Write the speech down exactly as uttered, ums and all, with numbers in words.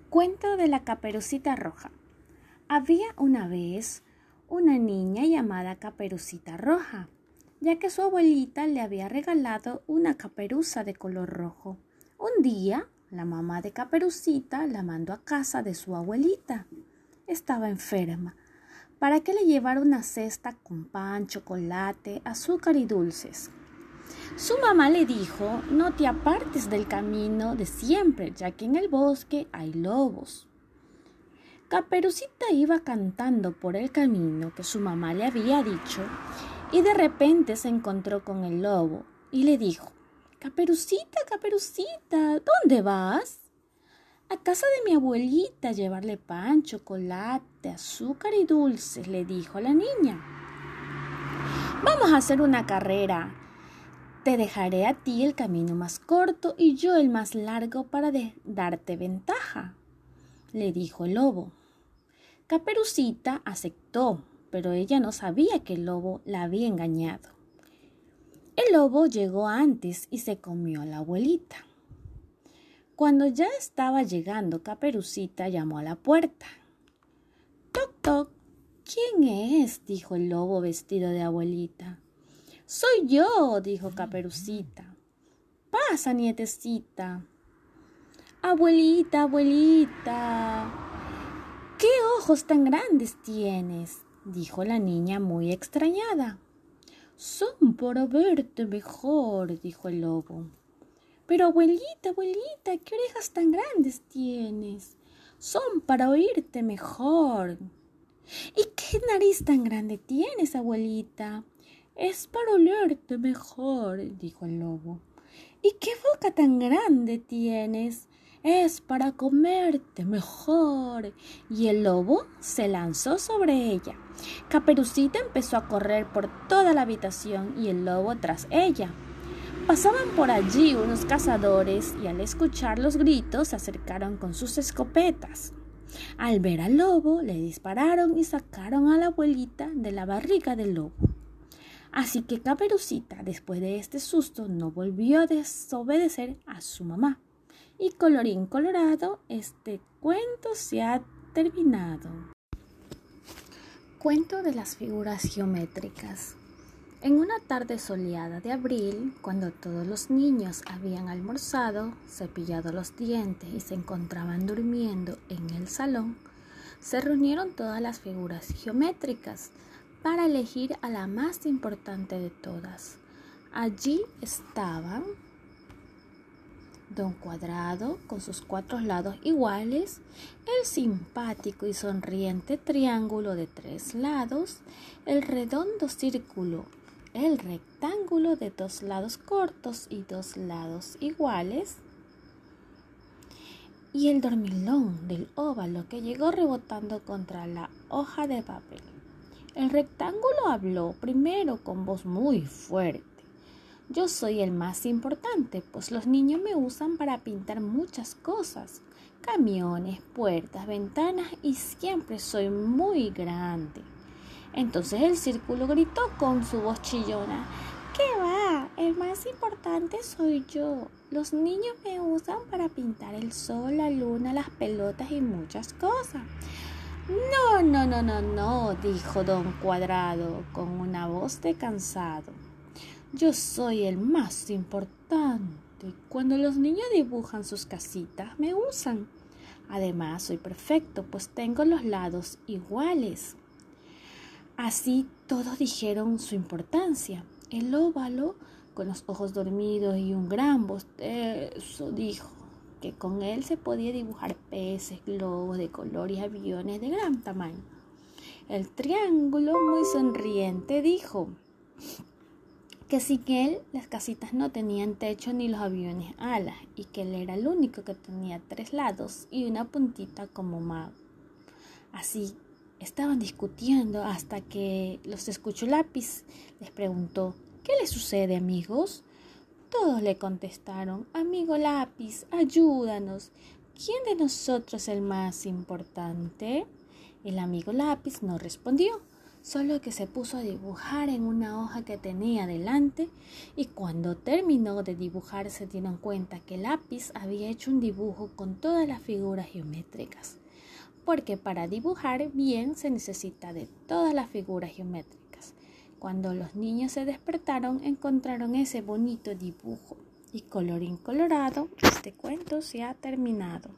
Cuento de la Caperucita Roja. Había una vez una niña llamada Caperucita Roja, ya que su abuelita le había regalado una caperuza de color rojo. Un día, la mamá de Caperucita la mandó a casa de su abuelita. Estaba enferma, para que le llevara una cesta con pan, chocolate, azúcar y dulces. Su mamá le dijo: no te apartes del camino de siempre, ya que en el bosque hay lobos. Caperucita iba cantando por el camino que su mamá le había dicho, y de repente se encontró con el lobo y le dijo: Caperucita, Caperucita, ¿dónde vas? A casa de mi abuelita a llevarle pan, chocolate, azúcar y dulces, le dijo a la niña. Vamos a hacer una carrera. Te dejaré a ti el camino más corto y yo el más largo para de- darte ventaja, le dijo el lobo. Caperucita aceptó, pero ella no sabía que el lobo la había engañado. El lobo llegó antes y se comió a la abuelita. Cuando ya estaba llegando, Caperucita llamó a la puerta. Toc, toc. ¿Quién es?, dijo el lobo vestido de abuelita. Soy yo, dijo Caperucita. Pasa, nietecita. Abuelita, abuelita. ¿Qué ojos tan grandes tienes?, dijo la niña muy extrañada. Son para verte mejor, dijo el lobo. Pero abuelita, abuelita, ¿qué orejas tan grandes tienes? Son para oírte mejor. ¿Y qué nariz tan grande tienes, abuelita? Es para olerte mejor, dijo el lobo. ¿Y qué boca tan grande tienes? Es para comerte mejor. Y el lobo se lanzó sobre ella. Caperucita empezó a correr por toda la habitación y el lobo tras ella. Pasaban por allí unos cazadores y al escuchar los gritos se acercaron con sus escopetas. Al ver al lobo, le dispararon y sacaron a la abuelita de la barriga del lobo. Así que Caperucita, después de este susto, no volvió a desobedecer a su mamá. Y colorín colorado, este cuento se ha terminado. Cuento de las figuras geométricas. En una tarde soleada de abril, cuando todos los niños habían almorzado, cepillado los dientes y se encontraban durmiendo en el salón, se reunieron todas las figuras geométricas para elegir a la más importante de todas. Allí estaban Don Cuadrado con sus cuatro lados iguales, el simpático y sonriente triángulo de tres lados, el redondo círculo, el rectángulo de dos lados cortos y dos lados iguales, y el dormilón del óvalo que llegó rebotando contra la hoja de papel. El rectángulo habló primero con voz muy fuerte. Yo soy el más importante, pues los niños me usan para pintar muchas cosas, camiones, puertas, ventanas, y siempre soy muy grande. Entonces el círculo gritó con su voz chillona: ¿Qué va? El más importante soy yo. Los niños me usan para pintar el sol, la luna, las pelotas y muchas cosas. No, no, no, no, no, dijo Don Cuadrado con una voz de cansado. Yo soy el más importante. Cuando los niños dibujan sus casitas, me usan. Además, soy perfecto, pues tengo los lados iguales. Así todos dijeron su importancia. El óvalo, con los ojos dormidos y un gran bostezo, dijo que con él se podía dibujar peces, globos de color y aviones de gran tamaño. El triángulo, muy sonriente, dijo que sin él las casitas no tenían techo ni los aviones alas, y que él era el único que tenía tres lados y una puntita como mago. Así estaban discutiendo hasta que los escuchó Lápiz. Les preguntó: ¿qué les sucede, amigos? Todos le contestaron: amigo Lápiz, ayúdanos. ¿Quién de nosotros es el más importante? El amigo Lápiz no respondió, solo que se puso a dibujar en una hoja que tenía delante y cuando terminó de dibujar se dieron cuenta que el lápiz había hecho un dibujo con todas las figuras geométricas, porque para dibujar bien se necesita de todas las figuras geométricas. Cuando los niños se despertaron encontraron ese bonito dibujo y colorín colorado, este cuento se ha terminado.